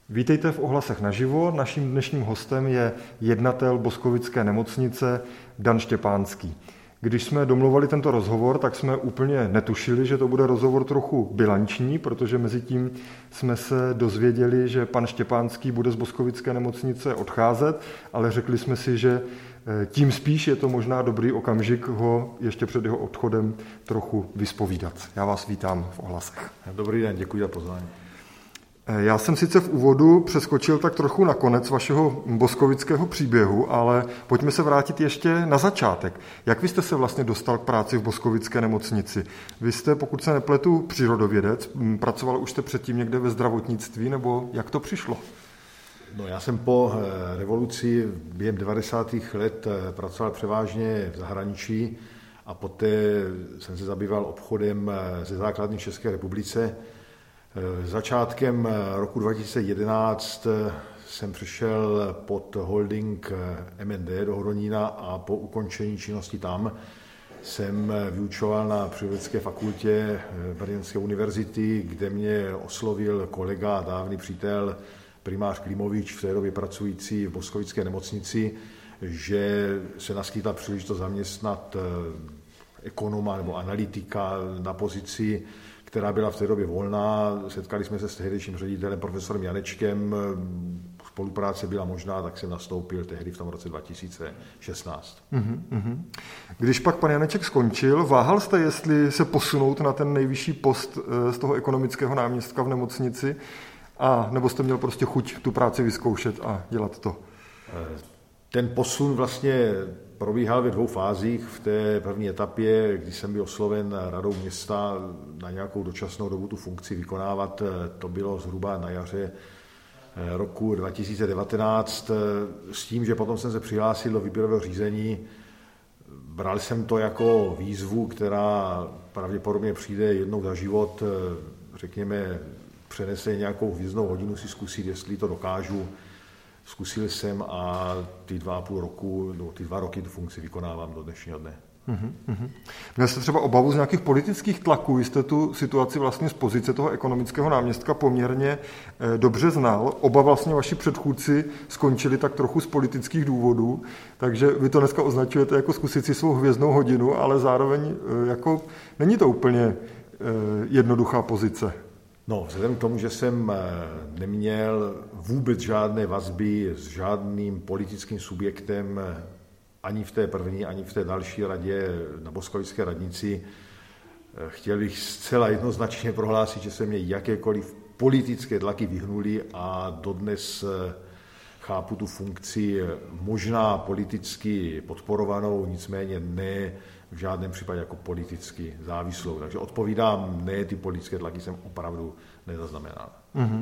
Vítejte v Ohlasech naživo. Naším dnešním hostem je jednatel Boskovické nemocnice Dan Štěpánský. Když jsme domluvali tento rozhovor, tak jsme úplně netušili, že to bude rozhovor trochu bilanční, protože mezi tím jsme se dozvěděli, že pan Štěpánský bude z Boskovické nemocnice odcházet, ale řekli jsme si, že tím spíš je to možná dobrý okamžik ho ještě před jeho odchodem trochu vyspovídat. Já vás vítám v Ohlasech. Dobrý den, děkuji za pozvání. Já jsem sice v úvodu přeskočil tak trochu na konec vašeho boskovického příběhu, ale pojďme se vrátit ještě na začátek. Jak vy jste se vlastně dostal k práci v Boskovické nemocnici? Vy jste, pokud se nepletu, přírodovědec, pracoval už jste předtím někde ve zdravotnictví, nebo jak to přišlo? No, já jsem po revoluci během 90. let pracoval převážně v zahraničí a poté jsem se zabýval obchodem ze základny v České republice. Začátkem roku 2011 jsem přešel pod holding MND do Hodonína a po ukončení činnosti tam jsem vyučoval na Přírodovědecké fakultě Brněnské univerzity, kde mě oslovil kolega a dávný přítel primář Klimovič, v té době pracující v Boskovické nemocnici, že se naskytla příležitost zaměstnat ekonoma nebo analytika na pozici, která byla v té době volná. Setkali jsme se s tehdejším ředitelem profesorem Janečkem, spolupráce byla možná, tak jsem nastoupil tehdy v tom roce 2016. Když pak pan Janeček skončil, váhal jste, jestli se posunout na ten nejvyšší post z toho ekonomického náměstka v nemocnici, a nebo jste měl prostě chuť tu práci vyzkoušet a dělat to? Ten posun vlastně probíhal ve dvou fázích. V té první etapě, kdy jsem byl osloven radou města na nějakou dočasnou dobu tu funkci vykonávat, to bylo zhruba na jaře roku 2019, s tím, že potom jsem se přihlásil do výběrového řízení. Bral jsem to jako výzvu, která pravděpodobně přijde jednou za život, řekněme, přenese nějakou hvězdnou hodinu si zkusit, jestli to dokážu. Zkusil jsem a ty 2 roky tu funkci vykonávám do dnešního dne. Měl jste třeba obavu z nějakých politických tlaků? Jste tu situaci vlastně z pozice toho ekonomického náměstka poměrně dobře znal. Oba vlastně vaši předchůdci skončili tak trochu z politických důvodů, takže vy to dneska označujete jako zkusit si svou hvězdnou hodinu, ale zároveň jako není to úplně jednoduchá pozice. No, vzhledem k tomu, že jsem neměl vůbec žádné vazby s žádným politickým subjektem ani v té první, ani v té další radě na Boskovické radnici, chtěl bych zcela jednoznačně prohlásit, že se mě jakékoliv politické tlaky vyhnuly a dodnes chápu tu funkci možná politicky podporovanou, nicméně ne v žádném případě jako politicky závislou. Takže odpovídám, ne, ty politické tlaky jsem opravdu nezaznamenal.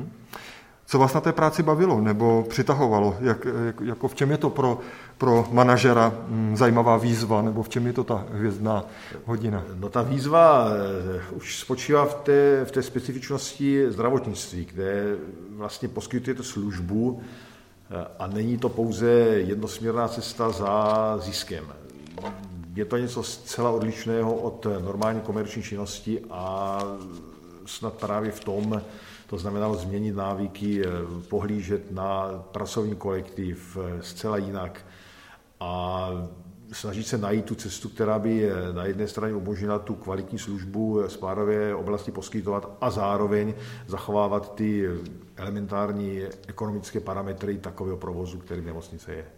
Co vás na té práci bavilo nebo přitahovalo? Jako v čem je to pro manažera zajímavá výzva, nebo v čem je to ta hvězdná hodina? No, ta výzva už spočívá v té specifičnosti zdravotnictví, kde vlastně poskytujete službu a není to pouze jednosměrná cesta za ziskem. Je to něco zcela odlišného od normální komerční činnosti a snad právě v tom to znamenalo změnit návyky, pohlížet na pracovní kolektiv zcela jinak a snažit se najít tu cestu, která by na jedné straně umožnila tu kvalitní službu spádové oblasti poskytovat a zároveň zachovávat ty elementární ekonomické parametry takového provozu, který v nemocnice je.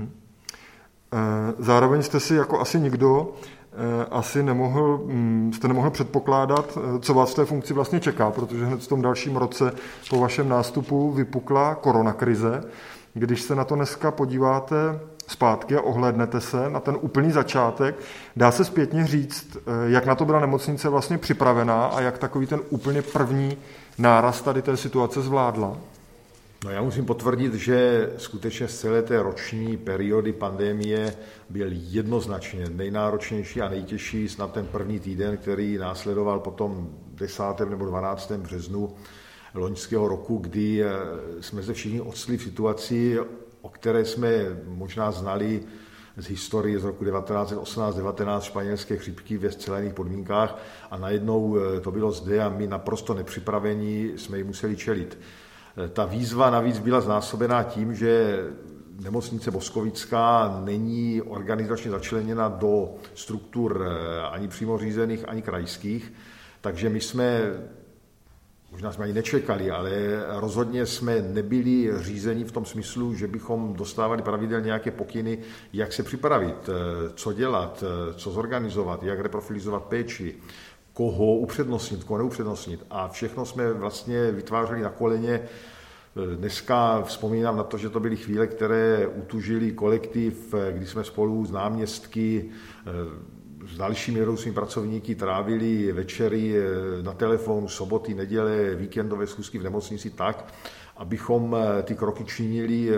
Zároveň jste si jako asi nikdo jste nemohl předpokládat, co vás v té funkci vlastně čeká, protože hned v tom dalším roce po vašem nástupu vypukla koronakrize. Když se na to dneska podíváte zpátky a ohlédnete se na ten úplný začátek, dá se zpětně říct, jak na to byla nemocnice vlastně připravená a jak takový ten úplně první náraz tady té situace zvládla? No, já musím potvrdit, že skutečně z celé té roční periody pandemie byl jednoznačně nejnáročnější a nejtěžší snad ten první týden, který následoval potom 10. nebo 12. březnu loňského roku, kdy jsme se všichni ocitli v situaci, o které jsme možná znali z historie z roku 1918-19 španělské chřipky ve zcela jiných podmínkách a najednou to bylo zde a my naprosto nepřipravení jsme ji museli čelit. Ta výzva navíc byla znásobená tím, že nemocnice Boskovická není organizačně začleněna do struktur ani přímo řízených, ani krajských, takže my jsme, možná jsme ani nečekali, ale rozhodně jsme nebyli řízeni v tom smyslu, že bychom dostávali pravidelně nějaké pokyny, jak se připravit, co dělat, co zorganizovat, jak reprofilizovat péči, koho upřednostnit, koho neupřednostnit. A všechno jsme vlastně vytvářeli na koleně. Dneska vzpomínám na to, že to byly chvíle, které utužili kolektiv, kdy jsme spolu s náměstky, s dalšími vedoucími pracovníky trávili večery na telefonu, soboty, neděle, víkendové schůzky v nemocnici tak, abychom ty kroky činili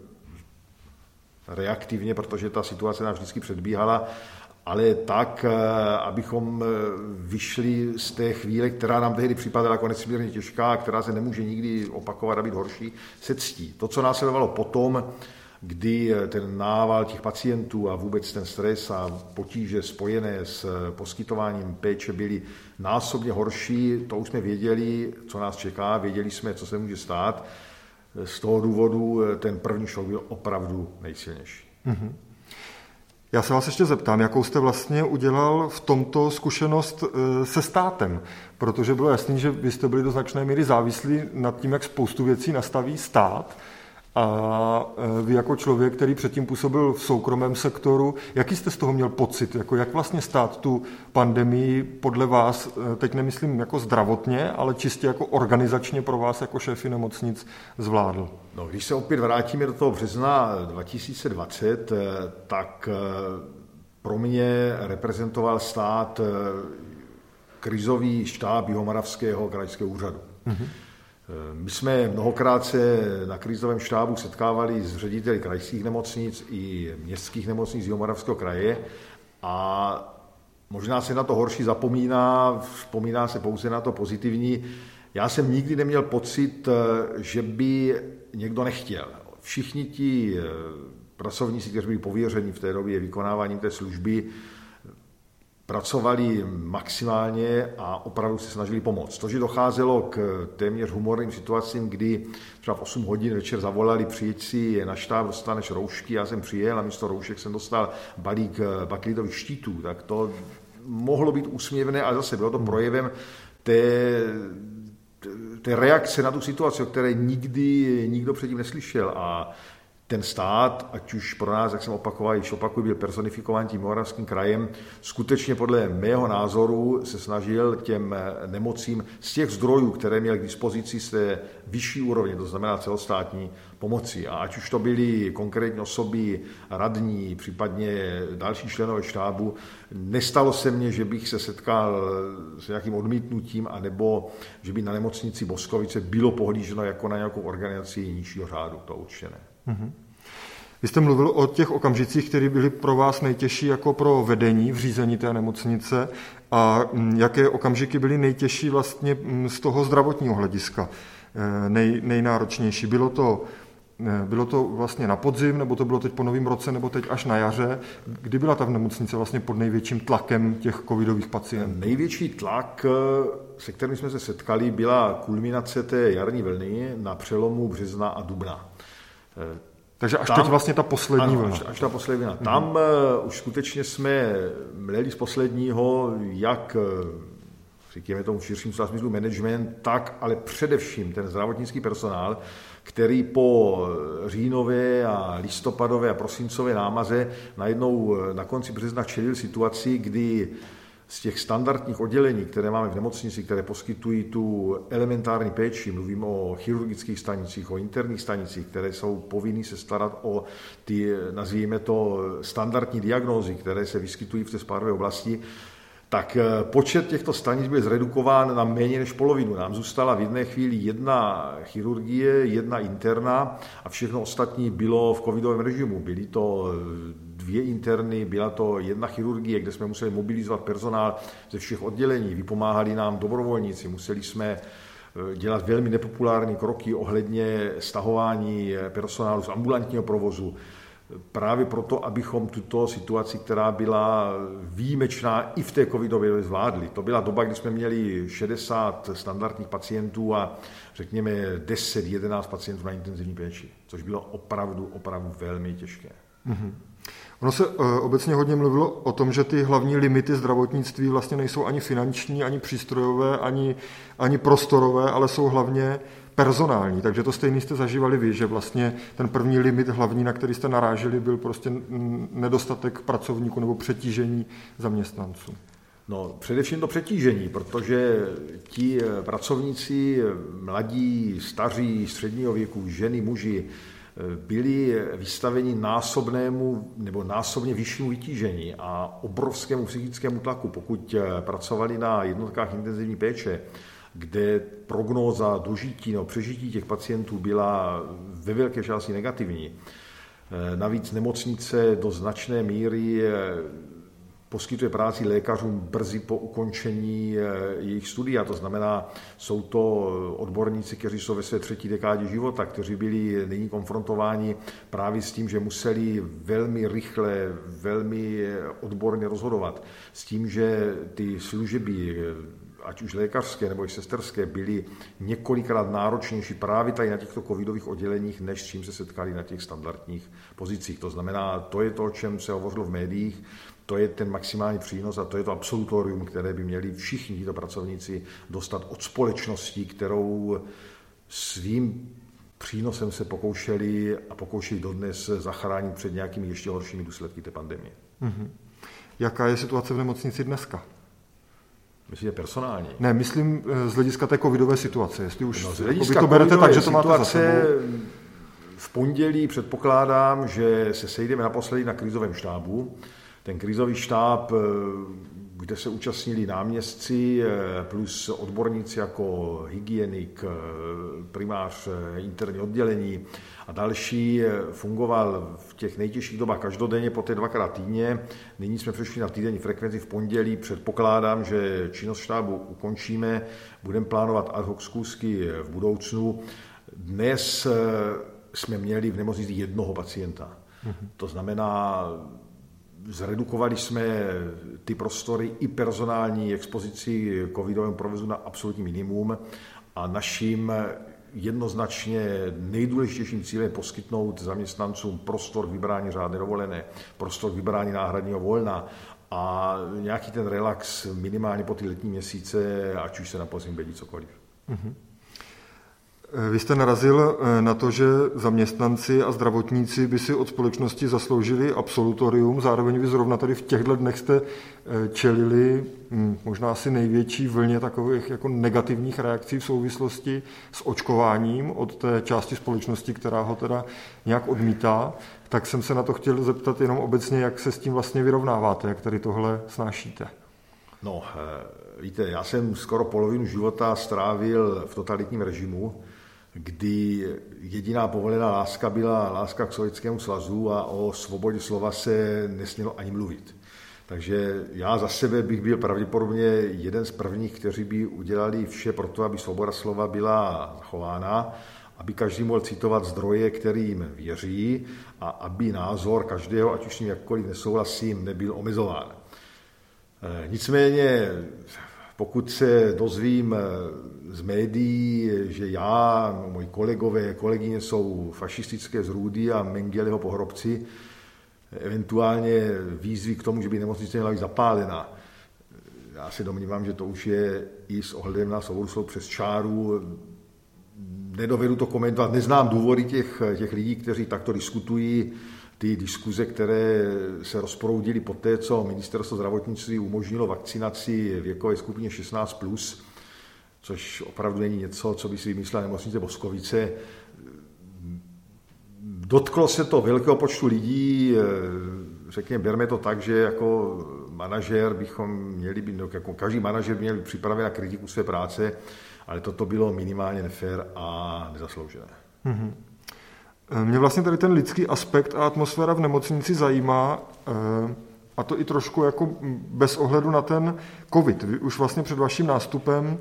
reaktivně, protože ta situace nás vždycky předbíhala, ale tak, abychom vyšli z té chvíle, která nám tehdy připadala jako nesmírně těžká, která se nemůže nikdy opakovat a být horší, se ctí. To, co následovalo potom, kdy ten nával těch pacientů a vůbec ten stres a potíže spojené s poskytováním péče byly násobně horší, to už jsme věděli, co nás čeká, věděli jsme, co se může stát. Z toho důvodu ten první šok byl opravdu nejsilnější. Mm-hmm. Já se vás ještě zeptám, jakou jste vlastně udělal v tomto zkušenost se státem, protože bylo jasný, že vy jste byli do značné míry závislí nad tím, jak spoustu věcí nastaví stát, a vy jako člověk, který předtím působil v soukromém sektoru, jaký jste z toho měl pocit? Jak vlastně stát tu pandemii podle vás, teď nemyslím jako zdravotně, ale čistě jako organizačně pro vás jako šéfy nemocnic zvládl? No, když se opět vrátíme do toho března 2020, tak pro mě reprezentoval stát krizový štáb Jihomoravského krajského úřadu. Mm-hmm. My jsme mnohokrát se na krizovém štábu setkávali s řediteli krajských nemocnic i městských nemocnic z Jihomoravského kraje a možná se na to horší vzpomíná se pouze na to pozitivní. Já jsem nikdy neměl pocit, že by někdo nechtěl. Všichni ti pracovníci, kteří byli pověřeni v té době vykonáváním té služby, pracovali maximálně a opravdu se snažili pomoct. To, že docházelo k téměř humorným situacím, kdy třeba v 8 hodin večer zavolali, přijeď si na štáb, dostaneš roušky, já jsem přijel a místo roušek jsem dostal balík bakelitových štítů, tak to mohlo být úsměvné, ale zase bylo to projevem té reakce na tu situaci, o které nikdy nikdo předtím neslyšel. A ten stát, ať už pro nás, jak jsem opakuju, byl personifikován tím Jihomoravským krajem, skutečně podle mého názoru se snažil těm nemocím z těch zdrojů, které měl k dispozici z té vyšší úrovně, to znamená celostátní, pomoci. A ať už to byly konkrétní osoby, radní, případně další členové štábu, nestalo se mně, že bych se setkal s nějakým odmítnutím, anebo že by na nemocnici Boskovice bylo pohlíženo jako na nějakou organizaci nižšího řádu, to určitě ne. Mm-hmm. Vy jste mluvil o těch okamžicích, které byly pro vás nejtěžší jako pro vedení v řízení té nemocnice, a jaké okamžiky byly nejtěžší vlastně z toho zdravotního hlediska, nejnáročnější. Bylo to vlastně na podzim, nebo to bylo teď po novém roce, nebo teď až na jaře? Kdy byla ta nemocnice vlastně pod největším tlakem těch covidových pacientů? Největší tlak, se kterým jsme se setkali, byla kulminace té jarní vlny na přelomu března a dubna. Takže až teď vlastně ta poslední vlna. Až ta poslední vlna. Tam už skutečně jsme mleli z posledního, jak, říkáme tomu v širším smyslu, management, tak, ale především ten zdravotnický personál, který po říjnové a listopadové a prosincové námaze najednou na konci března čelil situaci, kdy z těch standardních oddělení, které máme v nemocnici, které poskytují tu elementární péči, mluvím o chirurgických stanicích, o interních stanicích, které jsou povinny se starat o ty, nazvíme to, standardní diagnózy, které se vyskytují v té spádové oblasti, tak počet těchto stanic byl zredukován na méně než polovinu. Nám zůstala v jedné chvíli jedna chirurgie, jedna interna a všechno ostatní bylo v covidovém režimu. Byly to 2 interny, byla to jedna chirurgie, kde jsme museli mobilizovat personál ze všech oddělení, vypomáhali nám dobrovolníci, museli jsme dělat velmi nepopulární kroky ohledně stahování personálu z ambulantního provozu. právě proto, abychom tuto situaci, která byla výjimečná i v té covidové, zvládli. To byla doba, kdy jsme měli 60 standardních pacientů a řekněme 10-11 pacientů na intenzivní péči, což bylo opravdu ani těžké. Mm-hmm. Ono se obecně hodně mluvilo o tom, že ty hlavní limity zdravotnictví vlastně nejsou ani finanční, ani přístrojové, ani prostorové, ale jsou hlavně personální. Takže to stejný jste zažívali vy, že vlastně ten první limit hlavní, na který jste naráželi, byl prostě nedostatek pracovníků nebo přetížení zaměstnanců. No, především to přetížení, protože ti pracovníci, mladí, staří, středního věku, ženy, muži, byli vystaveni násobnému nebo násobně vyššímu vytížení a obrovskému psychickému tlaku, pokud pracovali na jednotkách intenzivní péče, kde prognóza dožití nebo přežití těch pacientů byla ve velké části negativní. Navíc nemocnice do značné míry poskytuje práci lékařům brzy po ukončení jejich studia. To znamená, jsou to odborníci, kteří jsou ve své 3. dekádě života, kteří byli nyní konfrontováni právě s tím, že museli velmi rychle, velmi odborně rozhodovat. S tím, že ty služby, ať už lékařské nebo i sesterské, byly několikrát náročnější právě tady na těchto covidových odděleních, než s čím se setkali na těch standardních pozicích. To znamená, to je to, o čem se hovořilo v médiích, to je ten maximální přínos a to je to absolutorium, které by měli všichni tito pracovníci dostat od společnosti, kterou svým přínosem se pokoušeli dodnes zachránit před nějakými ještě horšími důsledky té pandemie. Mm-hmm. Jaká je situace v nemocnici dneska? Myslím, že personální. Ne, myslím z hlediska té covidové situace. Jestli už to berete tak, že to máte za sebou. V pondělí předpokládám, že se sejdeme naposledy na krizovém štábu. Ten krizový štáb, kde se účastnili náměstci plus odborníci jako hygienik, primář interní oddělení a další, fungoval v těch nejtěžších dobách každodenně, poté 2krát týdně. Nyní jsme přešli na týdenní frekvenci v pondělí. Předpokládám, že činnost štábu ukončíme. Budeme plánovat ad hoc schůzky v budoucnu. Dnes jsme měli v nemocnici jednoho pacienta. To znamená, zredukovali jsme ty prostory i personální expozici covidovému provozu na absolutní minimum a naším jednoznačně nejdůležitějším cílem je poskytnout zaměstnancům prostor k vybrání řádné dovolené, prostor k vybrání náhradního volna a nějaký ten relax minimálně po ty letní měsíce, ať už se na podzim bedí cokoliv. Mm-hmm. Vy jste narazil na to, že zaměstnanci a zdravotníci by si od společnosti zasloužili absolutorium, zároveň vy zrovna tady v těchto dnech jste čelili možná asi největší vlně takových jako negativních reakcí v souvislosti s očkováním od té části společnosti, která ho teda nějak odmítá. Tak jsem se na to chtěl zeptat jenom obecně, jak se s tím vlastně vyrovnáváte, jak tady tohle snášíte. No, víte, já jsem skoro polovinu života strávil v totalitním režimu, kdy jediná povolená láska byla láska k Sovětskému svazu a o svobodě slova se nesmělo ani mluvit. Takže já za sebe bych byl pravděpodobně jeden z prvních, kteří by udělali vše pro to, aby svoboda slova byla zachována, aby každý mohl citovat zdroje, kterým věří a aby názor každého, ať už s ním jakkoliv nesouhlasím, nebyl omezován. Nicméně, pokud se dozvím z médií, že já, moji kolegové, kolegyně jsou fašistické zrůdy a Mengeleho pohrobci, eventuálně výzvy k tomu, že by nemocnice měla být zapálena, já se domnívám, že to už je i s ohledem na svobodu slova přes čáru. Nedovedu to komentovat, neznám důvody těch lidí, kteří takto diskutují. Ty diskuze, které se rozproudily po té, co ministerstvo zdravotnictví umožnilo vakcinaci věkové skupině 16+, což opravdu není něco, co by si vymyslela nemocnice Boskovice. Dotklo se to velkého počtu lidí, řekněme, berme to tak, že jako manažer bychom měli být, jako každý manažer měl být připraven na kritiku své práce, ale toto bylo minimálně nefér a nezasloužené. Mm-hmm. Mě vlastně tady ten lidský aspekt a atmosféra v nemocnici zajímá, a to i trošku jako bez ohledu na ten covid. Vy už vlastně před vaším nástupem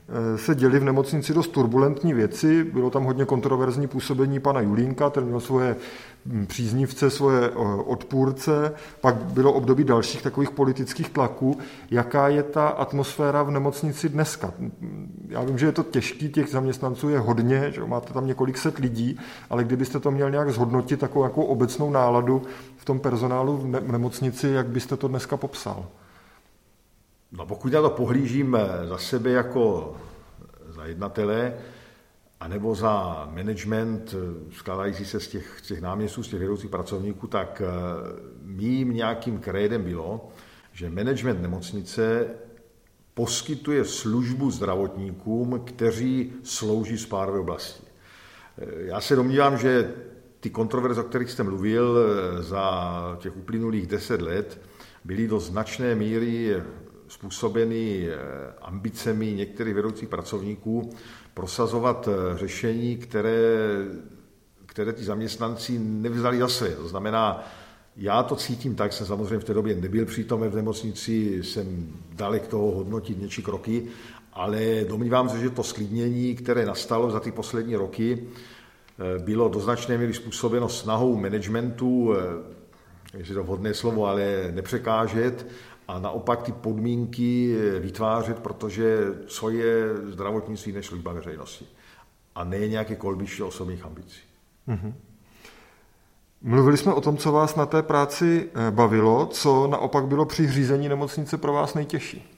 se děly v nemocnici dost turbulentní věci. Bylo tam hodně kontroverzní působení pana Julínka, ten měl svoje příznivce, svoje odpůrce. Pak bylo období dalších takových politických tlaků. Jaká je ta atmosféra v nemocnici dneska? Já vím, že je to těžký, těch zaměstnanců je hodně, že máte tam několik set lidí, ale kdybyste to měl nějak zhodnotit, takovou obecnou náladu v tom personálu v nemocnici, jak byste to dneska popsal? No, pokud já to pohlížím za sebe jako za jednatele, anebo za management skládající se z těch náměstků, z těch vedoucích pracovníků, tak mým nějakým krédem bylo, že management nemocnice poskytuje službu zdravotníkům, kteří slouží spádové oblasti. Já se domnívám, že ty kontroverze, o kterých jste mluvil za těch uplynulých 10 let, byly do značné míry způsobeny ambicemi některých vedoucích pracovníků prosazovat řešení, které ti zaměstnanci nevzali za své. To znamená, já to cítím tak, jsem samozřejmě v té době nebyl přítomen v nemocnici, jsem dalek toho hodnotit něčí kroky, ale domnívám se, že to sklidnění, které nastalo za ty poslední roky, bylo do značné míry způsobeno snahou managementu, jestli to vhodné slovo, ale nepřekážet, a naopak ty podmínky vytvářet, protože co je zdravotnictví než služba veřejnosti. A ne nějaké kolbiště osobních ambicí. Mm-hmm. Mluvili jsme o tom, co vás na té práci bavilo, co naopak bylo při řízení nemocnice pro vás nejtěžší?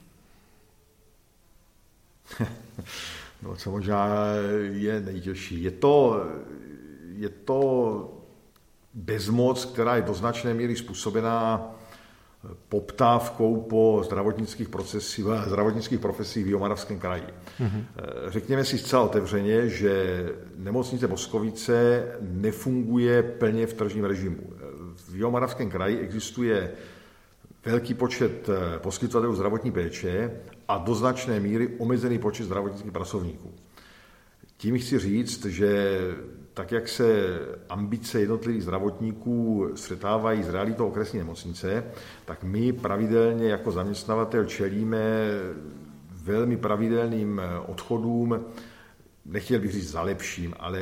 No, co možná je nejtěžší. Je to bezmoc, která je do značné míry způsobená poptávkou po zdravotnických profesích v Jihomoravském kraji. Mm-hmm. Řekněme si zcela otevřeně, že nemocnice Boskovice nefunguje plně v tržním režimu. V Jihomoravském kraji existuje velký počet poskytovatelů zdravotní péče a do značné míry omezený počet zdravotnických pracovníků. Tím chci říct, že tak, jak se ambice jednotlivých zdravotníků střetávají s realitou okresní nemocnice, tak my pravidelně jako zaměstnavatel čelíme velmi pravidelným odchodům, nechtěl bych říct za lepším, ale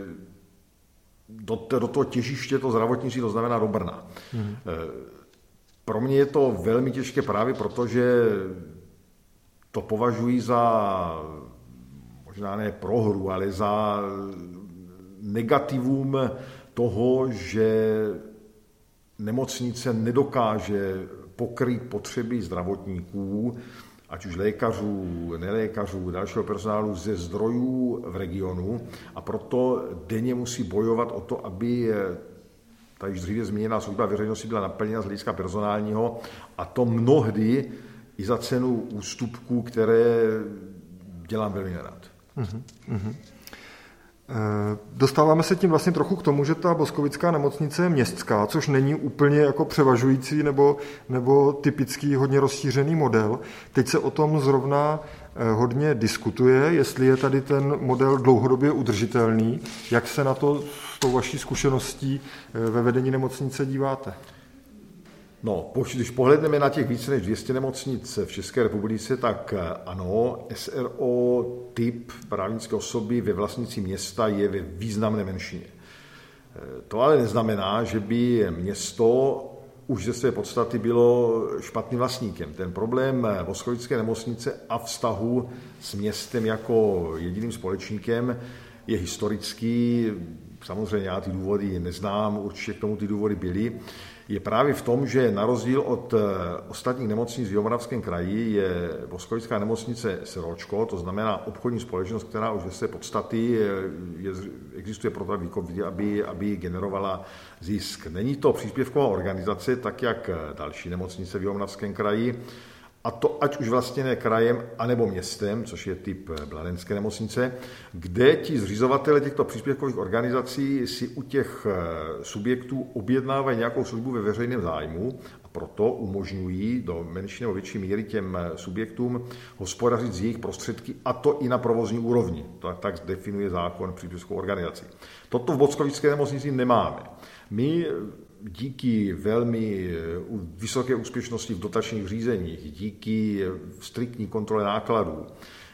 do toho těžiště to zdravotnictví, to znamená do Brna. Mm. Pro mě je to velmi těžké právě proto, že to považuji za možná ne prohru, ale za negativum toho, že nemocnice nedokáže pokrýt potřeby zdravotníků, ať už lékařů, nelékařů, dalšího personálu ze zdrojů v regionu, a proto denně musí bojovat o to, aby ta již dříve zmíněná služba veřejnosti byla naplněna z hlediska personálního, a to mnohdy i za cenu ústupků, které dělám velmi nerad. Mm-hmm. Dostáváme se tím vlastně trochu k tomu, že ta Boskovická nemocnice je městská, což není úplně jako převažující nebo typický hodně rozšířený model. Teď se o tom zrovna hodně diskutuje, jestli je tady ten model dlouhodobě udržitelný. Jak se na to s tou vaší zkušeností ve vedení nemocnice díváte? No, když pohledneme na těch více než 200 nemocnic v České republice, tak ano, SRO typ právnické osoby ve vlastnictví města je ve významné menšině. To ale neznamená, že by město už ze své podstaty bylo špatným vlastníkem. Ten problém Boskovické nemocnice a vztahu s městem jako jediným společníkem je historický. Samozřejmě já ty důvody neznám, určitě k tomu ty důvody byly. Je právě v tom, že na rozdíl od ostatních nemocnic v Jihomoravském kraji je Boskovická nemocnice SROčko, to znamená obchodní společnost, která už ve své podstaty existuje proto, aby generovala zisk. Není to příspěvková organizace, tak jak další nemocnice v Jihomoravském kraji, a to ať už vlastněné krajem anebo městem, což je typ Bladenské nemocnice, kde ti zřizovatelé těchto příspěvkových organizací si u těch subjektů objednávají nějakou službu ve veřejném zájmu a proto umožňují do menší nebo větší míry těm subjektům hospodařit z jejich prostředky, a to i na provozní úrovni. To tak definuje zákon příspěvkovou organizací. Toto v Boskovické nemocnici nemáme. My díky velmi vysoké úspěšnosti v dotačních řízeních, díky striktní kontrole nákladů,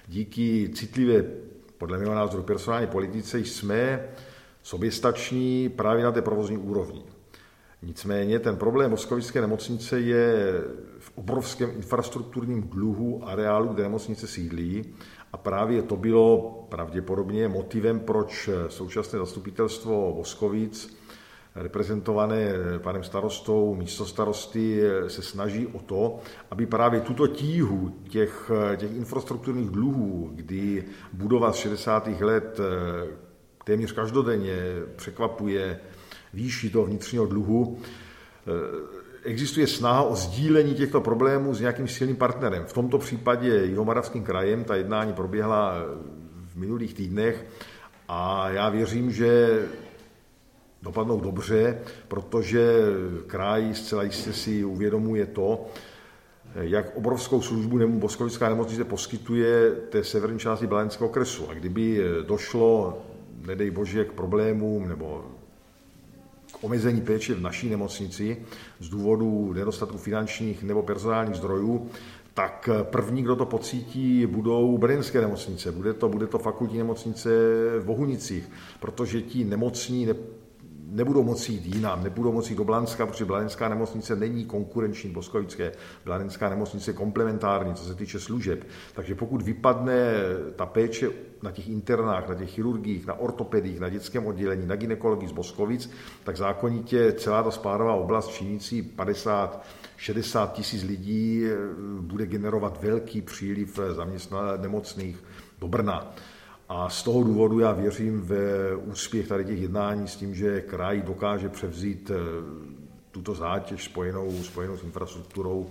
díky citlivé, podle mého názoru, personální politice jsme soběstační právě na té provozní úrovni. Nicméně ten problém Boskovické nemocnice je v obrovském infrastrukturním dluhu areálu, kde nemocnice sídlí, a právě to bylo pravděpodobně motivem, proč současné zastupitelstvo Boskovic, reprezentované panem starostou, místostarosty, se snaží o to, aby právě tuto tíhu těch infrastrukturních dluhů, kdy budova z 60. let téměř každodenně překvapuje výši toho vnitřního dluhu, existuje snaha o sdílení těchto problémů s nějakým silným partnerem. V tomto případě Jihomoravským krajem, ta jednání proběhla v minulých týdnech a já věřím, že dopadnou dobře, protože kraj zcela jistě si uvědomuje to, jak obrovskou službu Boskovická nemocnice poskytuje té severní části Blanského okresu. A kdyby došlo, nedej bože, k problémům nebo k omezení péče v naší nemocnici z důvodu nedostatku finančních nebo personálních zdrojů, tak první, kdo to pocítí, budou brněnské nemocnice. Bude to fakultní nemocnice v Bohunicích, protože ti nemocní nebudou moci jít jinam, nebudou moci jít do Blanska, protože Blanenská nemocnice není konkurenční Boskovické. Blanenská nemocnice je komplementární, co se týče služeb. Takže pokud vypadne ta péče na těch internách, na těch chirurgiích, na ortopedích, na dětském oddělení, na gynekologii z Boskovic, tak zákonitě celá ta spádová oblast činící 50-60 tisíc lidí bude generovat velký příliv nemocných do Brna. A z toho důvodu já věřím v úspěch tady těch jednání s tím, že kraj dokáže převzít tuto zátěž spojenou s infrastrukturou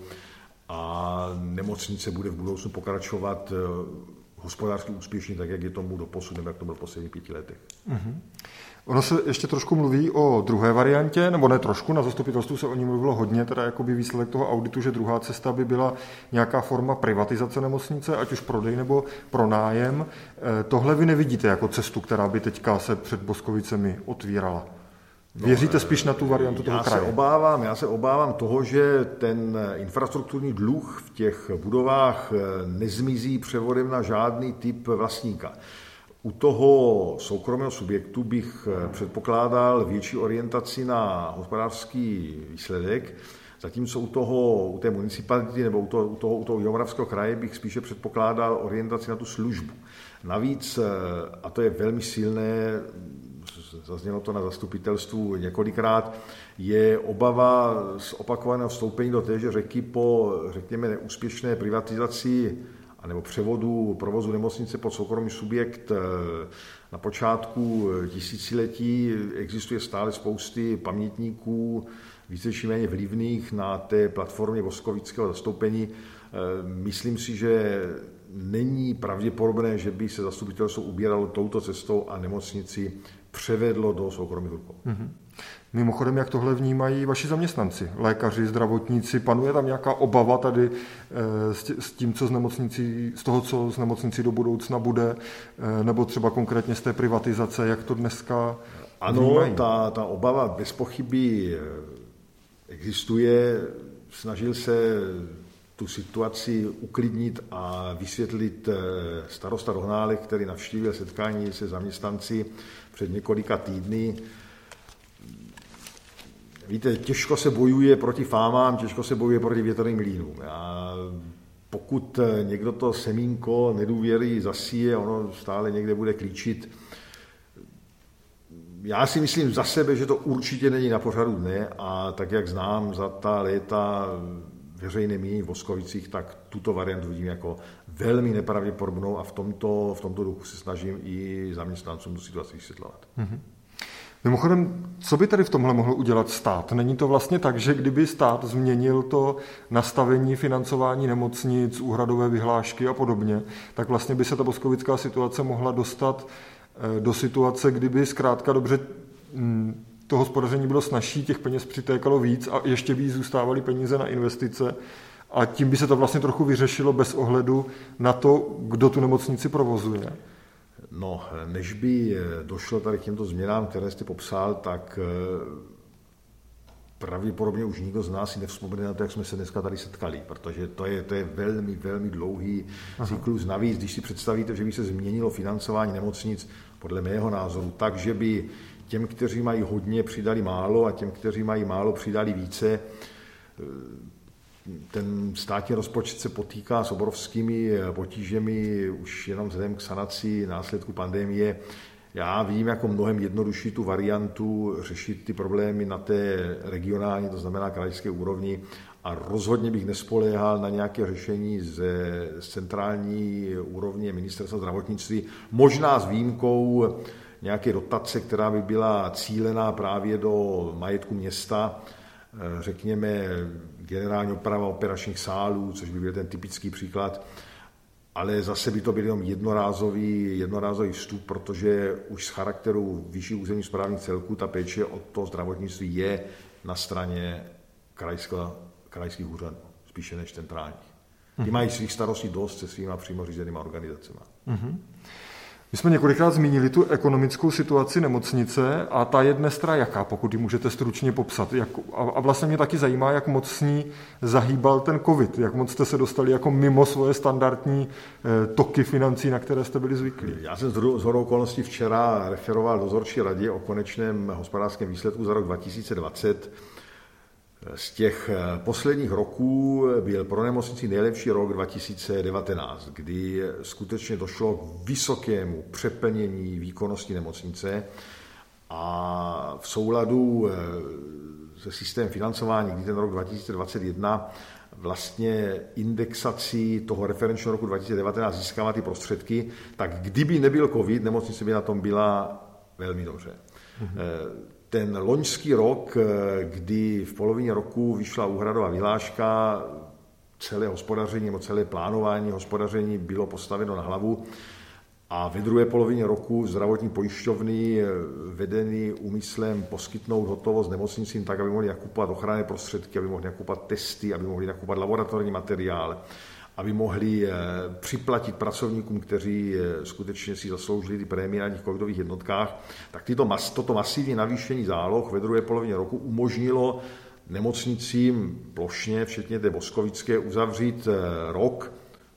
a nemocnice bude v budoucnu pokračovat hospodářsky úspěšně, tak jak je tomu doposud, nebo jak to bylo v posledních 5 letech. Mm-hmm. Ono se ještě trošku mluví o druhé variantě, nebo ne trošku, na zastupitelstvu se o ní mluvilo hodně, teda jakoby výsledek toho auditu, že druhá cesta by byla nějaká forma privatizace nemocnice, ať už prodej nebo pronájem. Tohle vy nevidíte jako cestu, která by teďka se před Boskovicemi otvírala? Věříte spíš na tu variantu toho kraje? Já se obávám toho, že ten infrastrukturní dluh v těch budovách nezmizí převodem na žádný typ vlastníka. U toho soukromého subjektu bych předpokládal větší orientaci na hospodářský výsledek, zatímco u té municipality nebo u toho Jihomoravského kraje bych spíše předpokládal orientaci na tu službu. Navíc, a to je velmi silné, zaznělo to na zastupitelstvu několikrát, je obava z opakovaného vstoupení do téže řeky po, řekněme, neúspěšné privatizaci anebo převodu provozu nemocnice pod soukromý subjekt na počátku tisíciletí. Existuje stále spousty pamětníků, více či méně vlivných na té platformě boskovického zastoupení. Myslím si, že není pravděpodobné, že by se zastupitelstvo ubíralo touto cestou a nemocnici převedlo do soukromých rukou. Mm-hmm. Mimochodem, jak tohle vnímají vaši zaměstnanci, lékaři, zdravotníci? Panuje tam nějaká obava tady s tím, co z toho, co z nemocnicí do budoucna bude, nebo třeba konkrétně z té privatizace, jak to dneska vnímají? Ano, ta obava bez pochyby existuje. Snažil se tu situaci uklidnit a vysvětlit starosta Dohnálek, který navštívil setkání se zaměstnanci před několika týdny. Víte, těžko se bojuje proti fámám, těžko se bojuje proti větrným mlýnům. A pokud někdo to semínko nedůvěry zasíje, ono stále někde bude klíčit. Já si myslím za sebe, že to určitě není na pořadu dne a tak, jak znám za ta léta veřejné mínění v Boskovicích, tak tuto variantu vidím jako velmi nepravděpodobnou a v tomto duchu se snažím i zaměstnancům tu situaci vysvětlovat. Mm-hmm. Mimochodem, co by tady v tomhle mohl udělat stát? Není to vlastně tak, že kdyby stát změnil to nastavení financování nemocnic, úhradové vyhlášky a podobně, tak vlastně by se ta boskovická situace mohla dostat do situace, kdyby zkrátka dobře to hospodaření bylo snazší, těch peněz přitékalo víc a ještě víc zůstávaly peníze na investice a tím by se to vlastně trochu vyřešilo bez ohledu na to, kdo tu nemocnici provozuje. No, než by došlo tady k těmto změnám, které jste popsal, tak pravděpodobně už nikdo z nás si nevzpomene na to, jak jsme se dneska tady setkali, protože to je velmi, velmi dlouhý cyklus. Navíc, když si představíte, že by se změnilo financování nemocnic, podle mého názoru, tak, že by těm, kteří mají hodně, přidali málo a těm, kteří mají málo, přidali více. Ten státní rozpočet se potýká s obrovskými potížemi už jenom vzhledem k sanaci následku pandemie. Já vím jako mnohem jednodušší tu variantu řešit ty problémy na té regionální, to znamená krajské úrovni, a rozhodně bych nespoléhal na nějaké řešení z centrální úrovně ministerstva zdravotnictví, možná s výjimkou nějaké dotace, která by byla cílená právě do majetku města, řekněme generální oprava operačních sálů, což by byl ten typický příklad, ale zase by to byl jenom jednorázový vstup, protože už z charakteru vyšších územních správních celků ta péče od toho zdravotnictví je na straně krajských úřadů, spíše než centrálních. Ty mají svých starostí dost se svýma přímo řízenýma organizacemi. My jsme několikrát zmínili tu ekonomickou situaci nemocnice a ta je dnes teda jaká, pokud ji můžete stručně popsat. A vlastně mě taky zajímá, jak moc s ní zahýbal ten covid, jak moc jste se dostali jako mimo svoje standardní toky financí, na které jste byli zvyklí. Já jsem shodou okolností včera referoval dozorčí radě o konečném hospodářském výsledku za rok 2020. Z těch posledních roků byl pro nemocnici nejlepší rok 2019, kdy skutečně došlo k vysokému přeplnění výkonnosti nemocnice a v souladu se systémem financování, kdy ten rok 2021 vlastně indexací toho referenčního roku 2019 získává ty prostředky, tak kdyby nebyl covid, nemocnice by na tom byla velmi dobře. Ten loňský rok, kdy v polovině roku vyšla úhradová vyhláška, celé hospodaření nebo celé plánování hospodaření bylo postaveno na hlavu a ve druhé polovině roku zdravotní pojišťovny vedený úmyslem poskytnout hotovost nemocnicím tak, aby mohli nakupovat ochranné prostředky, aby mohli nakupovat testy, aby mohli nakupovat laboratorní materiál, aby mohli připlatit pracovníkům, kteří skutečně si zasloužili ty prémie na těch covidových jednotkách, tak toto masivní navýšení záloh ve druhé polovině roku umožnilo nemocnicím plošně, včetně té boskovické, uzavřít rok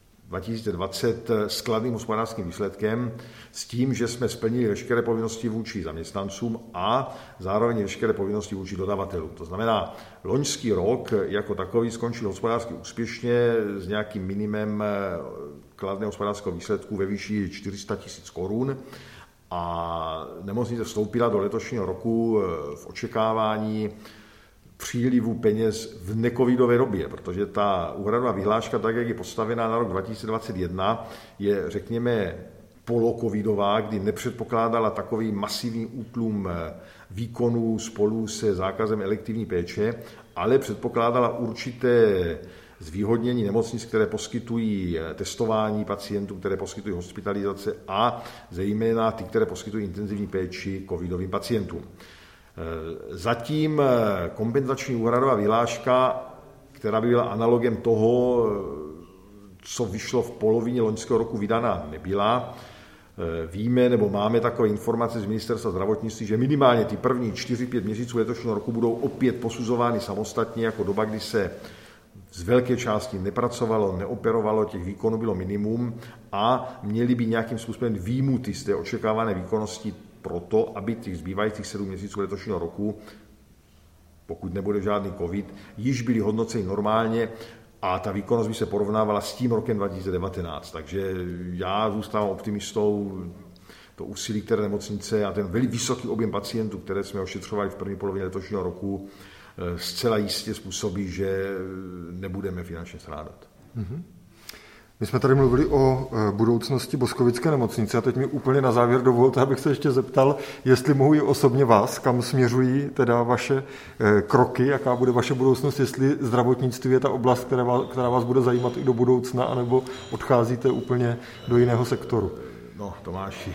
2020 s kladným hospodářským výsledkem, s tím, že jsme splnili veškeré povinnosti vůči zaměstnancům a zároveň veškeré povinnosti vůči dodavatelům. To znamená, loňský rok jako takový skončil hospodářsky úspěšně s nějakým minimem kladného hospodářského výsledku ve výši 400 000 korun a nemocnice vstoupila do letošního roku v očekávání přílivu peněz v necovidové době, protože ta úhradová vyhláška, tak jak je postavená na rok 2021, je, řekněme, polocovidová, kdy nepředpokládala takový masivní útlum výkonů spolu se zákazem elektivní péče, ale předpokládala určité zvýhodnění nemocnic, které poskytují testování pacientů, které poskytují hospitalizace a zejména ty, které poskytují intenzivní péči covidovým pacientům. Zatím kompenzační úhradová vyhláška, která by byla analogem toho, co vyšlo v polovině loňského roku, vydaná nebyla. Víme nebo máme takové informace z ministerstva zdravotnictví, že minimálně ty první 4-5 měsíců letošního roku budou opět posuzovány samostatně jako doba, kdy se z velké části nepracovalo, neoperovalo, těch výkonů bylo minimum a měly by nějakým způsobem výjimuty z té očekávané výkonnosti proto, aby těch zbývajících 7 měsíců letošního roku, pokud nebude žádný covid, již byly hodnoceny normálně a ta výkonnost by se porovnávala s tím rokem 2019. Takže já zůstávám optimistou, to úsilí, které nemocnice a ten velmi vysoký objem pacientů, které jsme ošetřovali v první polovině letošního roku, zcela jistě způsobí, že nebudeme finančně strádat. My jsme tady mluvili o budoucnosti Boskovické nemocnice a teď mi úplně na závěr dovolte, abych se ještě zeptal, jestli mohu i osobně vás, kam směřují teda vaše kroky, jaká bude vaše budoucnost, jestli zdravotnictví je ta oblast, která vás bude zajímat i do budoucna, anebo odcházíte úplně do jiného sektoru. No, Tomáši,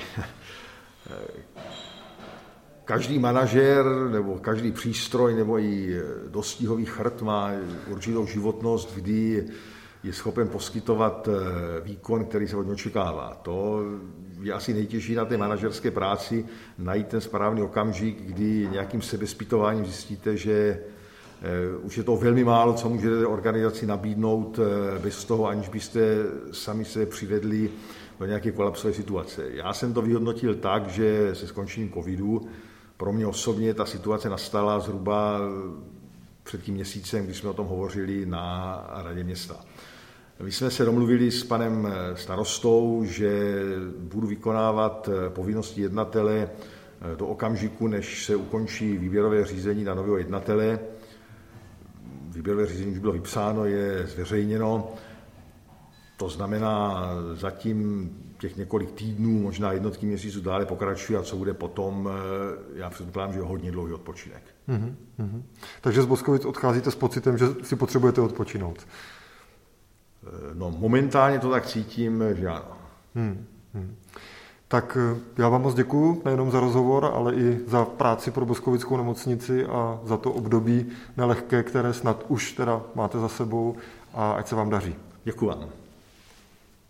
každý manažer nebo každý přístroj nebo i dostihový chrt má určitou životnost, kdy je schopen poskytovat výkon, který se od něj očekává. To je asi nejtěžší na té manažerské práci, najít ten správný okamžik, kdy nějakým sebezpytováním zjistíte, že Už je to velmi málo, co můžete organizaci nabídnout bez toho, aniž byste sami se přivedli do nějaké kolapsové situace. Já jsem to vyhodnotil tak, že se skončením covidu pro mě osobně ta situace nastala zhruba před tím měsícem, když jsme o tom hovořili na radě města. My jsme se domluvili s panem starostou, že budu vykonávat povinnosti jednatele do okamžiku, než se ukončí výběrové řízení na nového jednatele. Výběrové řízení už bylo vypsáno, je zveřejněno. To znamená, zatím těch několik týdnů, možná jednotky měsíců dále pokračuje a co bude potom, já předpokládám, že je hodně dlouhý odpočinek. Takže z Boskovic odcházíte s pocitem, že si potřebujete odpočinout? No, momentálně to tak cítím, že ano. Tak já vám moc děkuju nejenom za rozhovor, ale i za práci pro Boskovickou nemocnici a za to období nelehké, které snad už teda máte za sebou, a ať se vám daří. Děkuji vám.